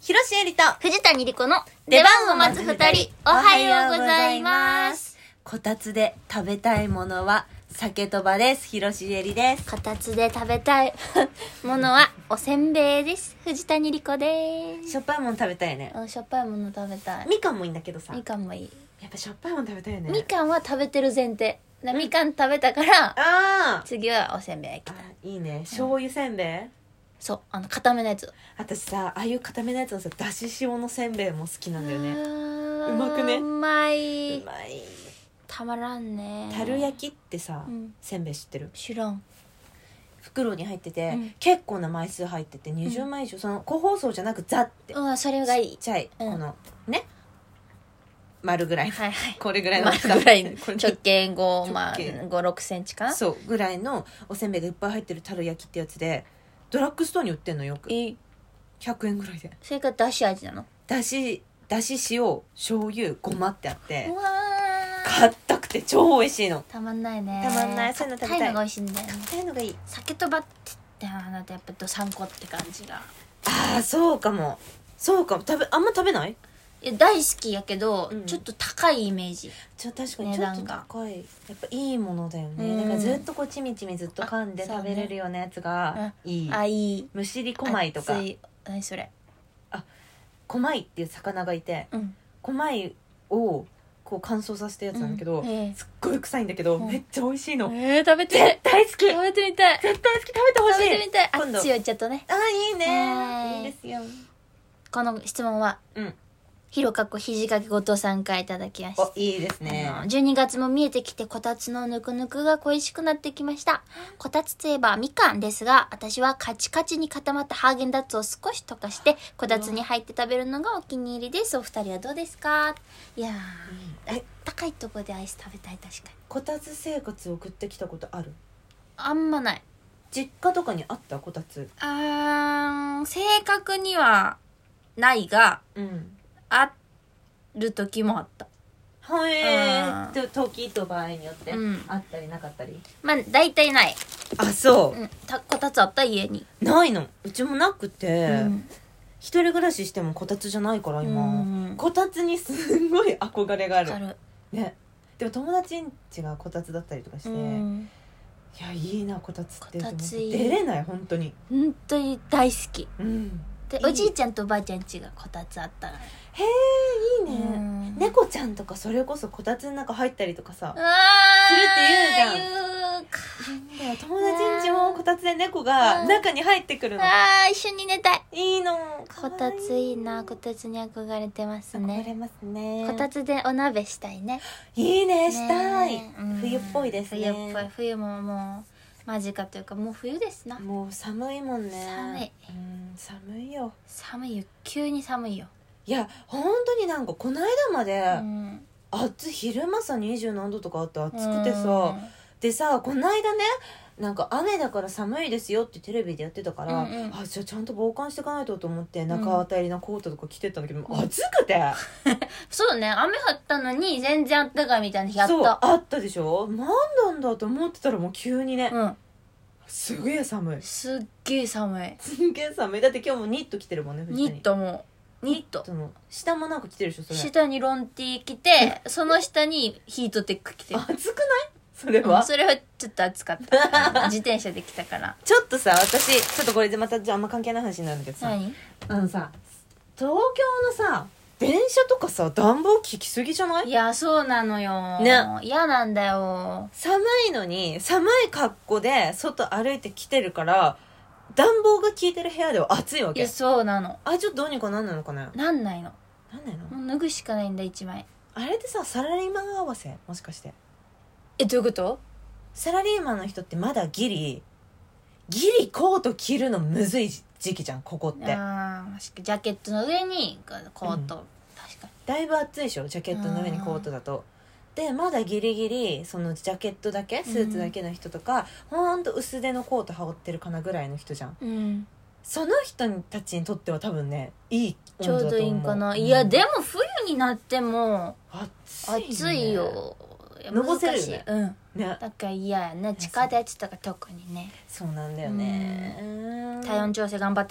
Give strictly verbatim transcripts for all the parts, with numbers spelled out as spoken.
広瀬えりと藤谷莉子の出出番番をを待つ二待つ二人、 人、おはようございます。 こたつで食べたいものは酒とばです。広瀬えりです。 こたつで食べたいものはおせんべいです。藤谷莉子です。 しょっぱいもの食べたいね。 うんしょっぱいもの食べたい。 みかんもいいんだけどさ、 みかんもいい。 やっぱしょっぱいもの食べたいよね。 みかんは食べてる前提。だみかん食べたからあー次はおせんべい来た。 あ、いいね。醤油せんべい、 そう、あの固めのやつ。 私さ、ああいう固めのやつのさ、だし塩のせんべいも好きなんだよね。 ううまくねうまい。 うまい。 たまらんね。 樽焼きってさ、 うんせんべい知ってる？ 知らん。 袋に入ってて、 うん結構な枚数入っててにじゅうまい以上、その個包装じゃなくザってうん、それがいいちっ。ちゃい、 うんこのね丸ぐらいの、 はいはい。 これぐらいのまあぐらいのこれ直径ご、まあ直径ご、ろくセンチかな。 そうぐらいのおせんべいがいっぱい入ってる樽焼きってやつで、ドラッグストアに売ってんのよくいい。 ひゃくえんぐらいで、 それがだし味なの。 だしだし塩醤油ごまってあってうわ硬くて超美味しいの。 たまんないね。 たまんない。そういうの食べたい硬いのが美味しいんだよね。 そういうのがいい。 酒とばってってあなたやっぱどさんこって感じが。 ああ、そうかもそうかも。食べあんま食べない？ いや大好きやけど、 うんちょっと高いイメージ。 ちょ確かにちょっと値段が高い。やっぱいいものだよね。 うんだからずっとこうちみちみずっと噛んであ食べれるようなやつがいい。 あいい。 むしりこまいとか熱い。何それ。 こまいっていう魚がいて、 うん。 こまいをこう乾燥させたやつなんだけど、 うんええすっごい臭いんだけど、 うんめっちゃ美味しいの。 えー、食べて絶対好き。 食べてみたい。 絶対好き。食べてほしい。 食べてみたい。あ今度強いちょっとね。 あーいいね、 はいいいですよ。 この質問はうん。 ひろかっこひじかけごとさんからいただきました。 お、いいですね。 あのじゅうにがつも見えてきてこたつのぬくぬくが恋しくなってきました。こたつといえばみかんですが、私はカチカチに固まったハーゲンダッツを少し溶かしてこたつに入って食べるのがお気に入りです。お二人はどうですか？いやー、 え、 高いところでアイス食べたい。確かにこたつ生活を送ってきたことある？ あんまない。 実家とかにあったこたつ？ あー正確にはないがうん。 ある時もあった。 はい、 うんで時と場合によってうんあったりなかったり。 まあ大体ない。 あ、そう、 うん、たこたつあった家に。 ないの。うちもなくて、 うん一人暮らししてもこたつじゃないから今、 うんこたつにすんごい憧れがあるわかる。 ね。でも友達ん家がこたつだったりとかして、 うんいやいいなこたつって。 こたついい出れない本当に。 本当に大好きうんで、 いいおじいちゃんとおばあちゃん家がこたつあったから。 へえ、いいね、 うん猫ちゃんとかそれこそこたつの中入ったりとかさうわするって言うじゃん。 言うかいや友達ん家もこたつで猫が中に入ってくるの。 あー一緒に寝たい。 いいの。 こたついいな。こたつに憧れてます憧れね。 ますね。 こたつでお鍋したいね。 いいね、したい、 ねうん冬っぽいですね。 冬っぽい。冬ももう間近というかもう冬ですな。 もう寒いもんね。 寒い。 うん、寒いよ。 寒いよ。急に寒いよ。 いや本当になんかこの間まで、 うん暑い昼間さにじゅうなんどとかあって暑くてさ、でさこの間ねなんか雨だから寒いですよってテレビでやってたから、 うんうんあじゃあちゃんと防寒していかないとと思って中当たりなコートとか着てったんだけど、暑くてそうね。雨降ったのに全然あったかいみたいな日あった。 そうあったでしょ。なんなんだと思ってたらもう急にね、 うん。 すげえ寒い。 すっげえ寒い。 すげえ寒い。だって今日もニット着てるもんね。藤谷ニットもニットその下もなんか着てるでしょそれ。 下にロンティー着てその下にヒートテック着てる。 暑くないそれうんは、 それはちょっと暑かった自転車で来たから。 ちょっとさ私ちょっとこれでまたじゃああんま関係ない話になるんだけどさ、 何？ あのさ東京のさ電車とかさ暖房効きすぎじゃない？ いやそうなのよ。 ね嫌なんだよ。 寒いのに寒い格好で外歩いてきてるから暖房が効いてる部屋では暑いわけ。 いやそうなの。 あちょっとどうにかなんないのかね。 なんないの。 なんないの？ もう脱ぐしかないんだ一枚。 あれってさサラリーマン合わせもしかして。 えどういうこと？ サラリーマンの人ってまだギリギリコート着るのむずい時期じゃんここって。 ああジャケットの上にコート、 うん確かに。 だいぶ暑いでしょジャケットの上にコートだと。でまだギリギリそのジャケットだけスーツだけの人とか、うん、ほんと薄手のコート羽織ってるかなぐらいの人じゃん。 うんその人たちにとっては多分ねいいちょうどいいんかな、 うんいやでも冬になっても暑い、ね、 暑いよ。いやのぼせるよね難しいうんね。 だから嫌やね。地下鉄とか特にね。 そうなんだよね。 体温調整頑張っていこ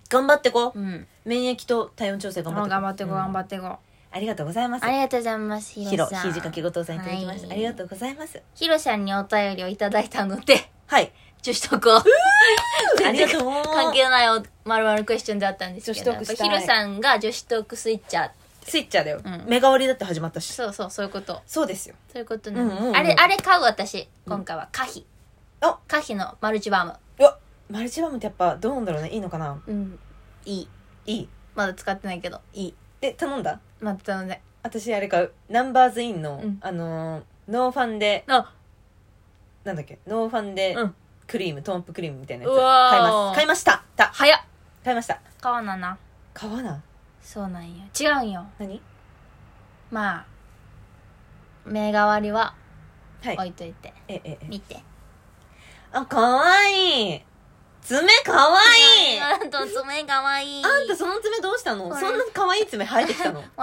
頑張ってこう、 うん免疫と体温調整頑張ってこう頑張ってこう頑張っってこう、 ありがとうございます。 ありがとうございますヒヒロロさん。 肘掛け後藤さんいただきました、 はいありがとうございます。 ヒロさんにお便りをいただいたのではい女子トークをありがとう関係ないおまるまるクエスチョンだったんですけど、 女子トークしたいやっぱヒロさんが女子トークスイッチャー、 スイッチャーだよ、 うん目代わりだって始まったし。 そうそうそういうことそうですよ。 そういうことなんです、 うんうんうんあれあれ買う私今回は可否、 あ可否のマルチバーム。 うわマルチバームってやっぱどうなんだろうね、いいのかな。 うんいい、 いいまだ使ってないけどいい。 で頼んだ。 また頼んで、 私あれ買う、ナンバーズインの、 うんあのーノーファンであなんだっけ、ノーファンでうんクリーム、トンプクリームみたいなやつうわー買います買いましたた早っ買いました。 買わなな。 買わな。 そうなんよ、違うんよ。 何。 まあ目代わりははい、 置いといて、 ええええ見て。 あ、かわいい爪、かわいい。 あんた爪かわいい。 あんたその爪どうしたの。 これそんなかわいい爪生えてきたの。 こ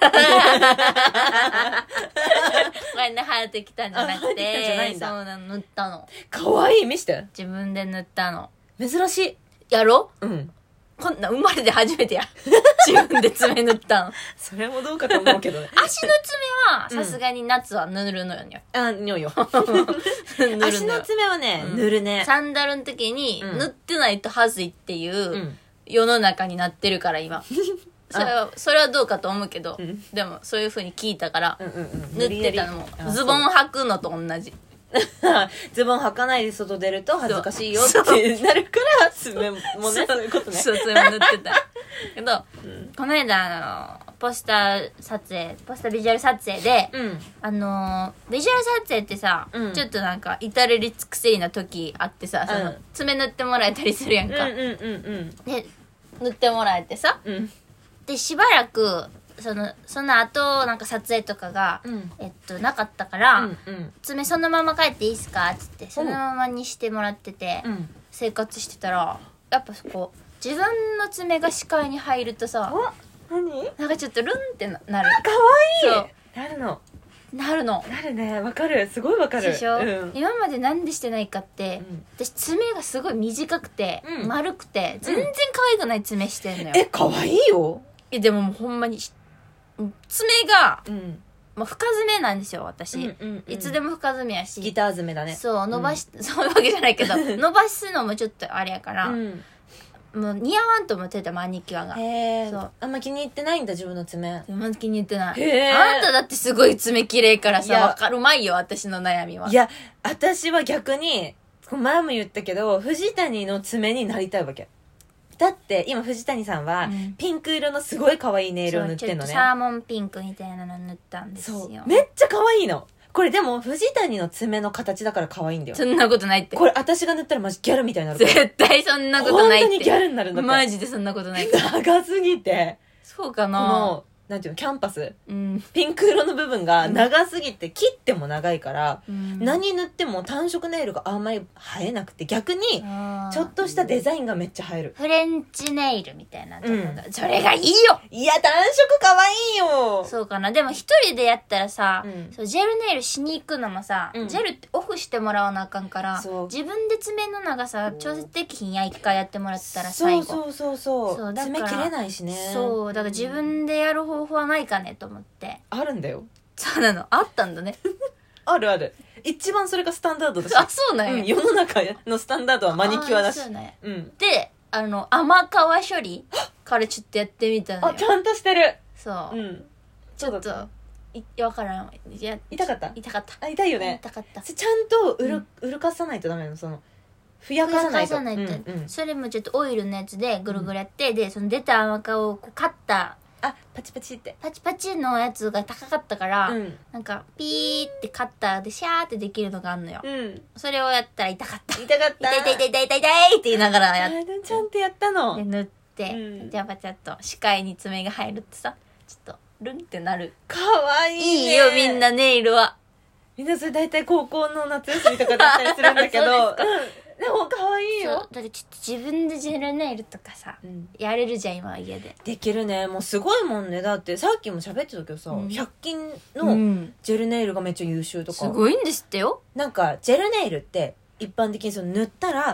れね生えてきたんじゃなくあ生えてきたんじゃないて、 んだそうなの、塗ったの。 かわいい、見して。 自分で塗ったの。 珍しい。 やろうん。 こんな生まれて初めてや。自分で爪塗ったの。 それもどうかと思うけどね。 足の爪はさすがに夏は塗るのよね。 あ、にょよ。 塗るのよ。 足の爪はね、 うん塗るね。 サンダルの時にうん塗ってないとはずいっていううん世の中になってるから今。それはそれはどうかと思うけど、 うんでもそういう風に聞いたからうんうんうん。 塗ってたのもあズボン履くのと同じ。 ズボン履かないで外出ると恥ずかしいよってなるから爪もね、そういうことね。 そう、それも塗ってた。けど、 うんこの間、あの、ポスター撮影、ポスタービジュアル撮影で、 うん。 あのー、ビジュアル撮影ってさ、 うんちょっとなんか、至れり尽くせりな時あってさ、その、 うん爪塗ってもらえたりするやんか。 うんうんうんで、塗ってもらえてさ、 うん。うん。 で、しばらく、その、その後、なんか撮影とかが、 うん。 えっと、なかったから、 うんうん。 爪そのまま帰っていいっすかっつって、そのままにしてもらってて、 うん。 生活してたらやっぱこう自分の爪が視界に入るとさ、 お、何？ なんかちょっとルンってななる。 かわいい。なるの。 なるのなるね。わかる。すごいわかる。 でしょ、 うん。 今までなんでしてないかって、 うん私爪がすごい短くて、 うん丸くて全然可愛くない爪してんのよ、 え、かわいいよ。 えでももうほんまにし爪が、 うん。 まあ、深爪なんですよ私、 うんうんうんいつでも深爪やしギター爪だね。 そう伸ばし、そういうわけじゃないけど伸ばすのもちょっとあれやから、 うん。 もう似合わんと思ってたマニキュアがへえ。 そうあんま気に入ってないんだ自分の爪。 全然気に入ってない。 へーあんただってすごい爪綺麗からさ、 いやわかるまいよ、私の悩みは。 いや、私は逆に、前も言ったけど、藤谷の爪になりたいわけ。だって、今藤谷さんはうん、 ピンク色のすごい可愛いネイルを塗ってんのね。 そうちょっとサーモンピンクみたいなの塗ったんですよ。 そう。めっちゃ可愛いの。これでも、藤谷の爪の形だから可愛いんだよ。 そんなことないって。 これ私が塗ったらマジギャルみたいになるから。 絶対そんなことないって。 本当にギャルになるんだって。 マジでそんなことないって。 長すぎて、こそうかなの、なんていうの、キャンパス。 うん。 ピンク色の部分が長すぎて、切っても長いから、 うん何塗っても単色ネイルがあんまり映えなくて、逆に、 あーちょっとしたデザインがめっちゃ映える。 フレンチネイルみたいなとこが、 うそれがいいよいや、単色可愛いよ。 そうかな。でも一人でやったらさ、 うんそうジェルネイルしに行くのもさ、 うんジェルってオフしてもらわなあかんから、 そう自分で爪の長さ調節できひんや、一回やってもらったらそ最後。 うそうそうそう。 そうだから爪切れないしね。 そうだから自分でやる方法はないかねと思って。 あるんだよ。 そうなの。あったんだね。 あるある。一番それがスタンダードだし。 あ、そうなんや。 うん、世の中のスタンダードはマニキュアだしあそう。なんやうん。 で、あの、甘皮処理からちょっとやってみたのあ、 よち。ゃんとしてる。 そうう。 ん。 ちょっとそうだっ、 い、わからん。いや、 痛かった痛かった。 あ、痛いよね。 痛かった。 それちゃんとうる、 うんうるかさないとダメなの。その、ふやかさないと。 ふやかさないと、 うんうん。 それもちょっとオイルのやつでぐるぐるやって、でその出た甘皮をこうカッタあ、パチパチって。 ーパチパチのやつが高かったから、 うん。 なんかピーってカッターでシャーってできるのがあんのよ、 うん。 それをやったら痛かった痛かった。 痛い痛い痛い痛い痛いって言いながらやっあちゃんとやったのて。塗って、 うんじゃあパチャッと視界に爪が入るとさちょっとルンってなる。 かわいいね。 いいよみんなネイルは。 みんなそれ大体高校の夏休みとかだったりするんだけど。 そうですかうんでも可愛いそうよ。 だってちょっと自分でジェルネイルとかさうんやれるじゃん今家で。 できるね。もうすごいもんね。だってさっきも喋ってたけどさ、 うんひゃく均うのんジェルネイルがめっちゃ優秀とか。 すごいんですってよ。 なんかジェルネイルって一般的にその塗ったら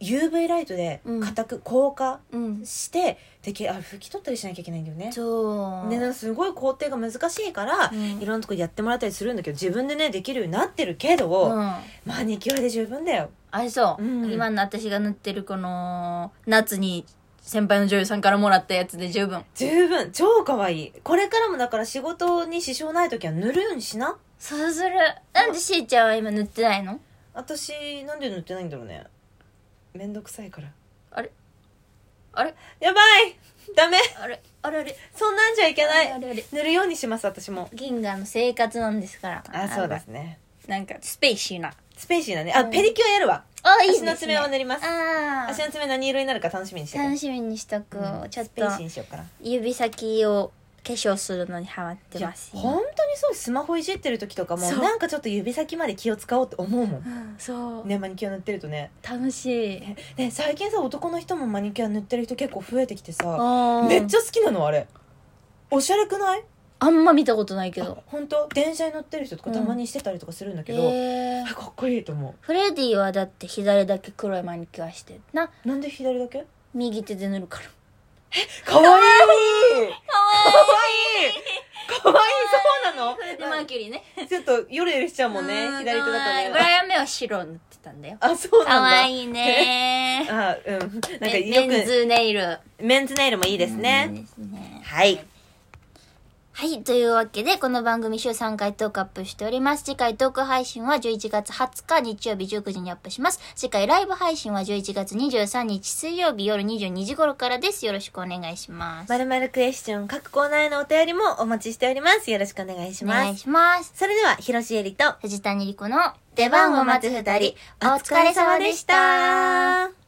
ユーブイ ライトでうん固く硬化うんして、できあ拭き取ったりしなきゃいけないんだよね。 そうでなんかすごい工程が難しいから、 うんいろんなとこやってもらったりするんだけど、自分でねできるようになってるけど、 うんマニキュアで十分だよ。 あれそう、 うん今の私が塗ってるこの夏に先輩の女優さんからもらったやつで十分。 十分超可愛い。これからもだから仕事に支障ない時は塗るようにしな。 そうする。なんでしーちゃんは今塗ってないの？ 私なんで塗ってないんだろうね。めんどくさいから。 あれあれやばい、ダメ、 あれあれあれそんなんじゃいけないあれあれ塗るようにします、私も。 銀河の生活なんですから。 あ、そうですね。 なんかスペーシーな。 スペーシーなね。あ、 うんペディキュアやるわ。 あ、いいですね。 足の爪を塗ります。 あ足の爪何色になるか楽しみにしてて。 楽しみにしとく、 うんちょっとスペーシーにしようかな。 指先を化粧するのにハマっていやます本当にそう、スマホいじってる時とかもそうなんかちょっと指先まで気を使おうって思うもんうんそう、 ね、マニキュア塗ってるとね。 楽しい。 ね、最近さ男の人もマニキュア塗ってる人結構増えてきてさ、 あめっちゃゃ好きなのあれ。おしゃれくない？ あんま見たことないけど。 本当電車に乗ってる人とかたまにしてたりとかするんだけど、 へーあかっこいいと思う。 フレディはだって左だけ黒いマニキュアしてるな。 なんで左だけ？ 右手で塗るから。 かわいいかわいいかかわいい、そうなの？ フレディ・マーキュリーね。 ちょっとヨレヨレしちゃうもんね、 うん左手だとブラね。 イアン・メイは白塗ってたんだよ。 あ、そうなんだ。 かわいいねあ、うん。なんかメよくメンズネイル。 メンズネイルもいいですいいね。 ですね。 はい。 はい。というわけで、この番組週さんかいトークアップしております。次回トーク配信はじゅういちがつはつか日曜日じゅうくじにアップします。次回ライブ配信はじゅういちがつにじゅうさんにち水曜日夜にじゅうにじ頃からです。よろしくお願いします。 まるまるクエスチョン各コーナーへのお便りもお待ちしております。よろしくお願いします。 お願いします。 それでは、広瀬えりと藤谷莉子の出番を待つ二人、お疲れ様でした。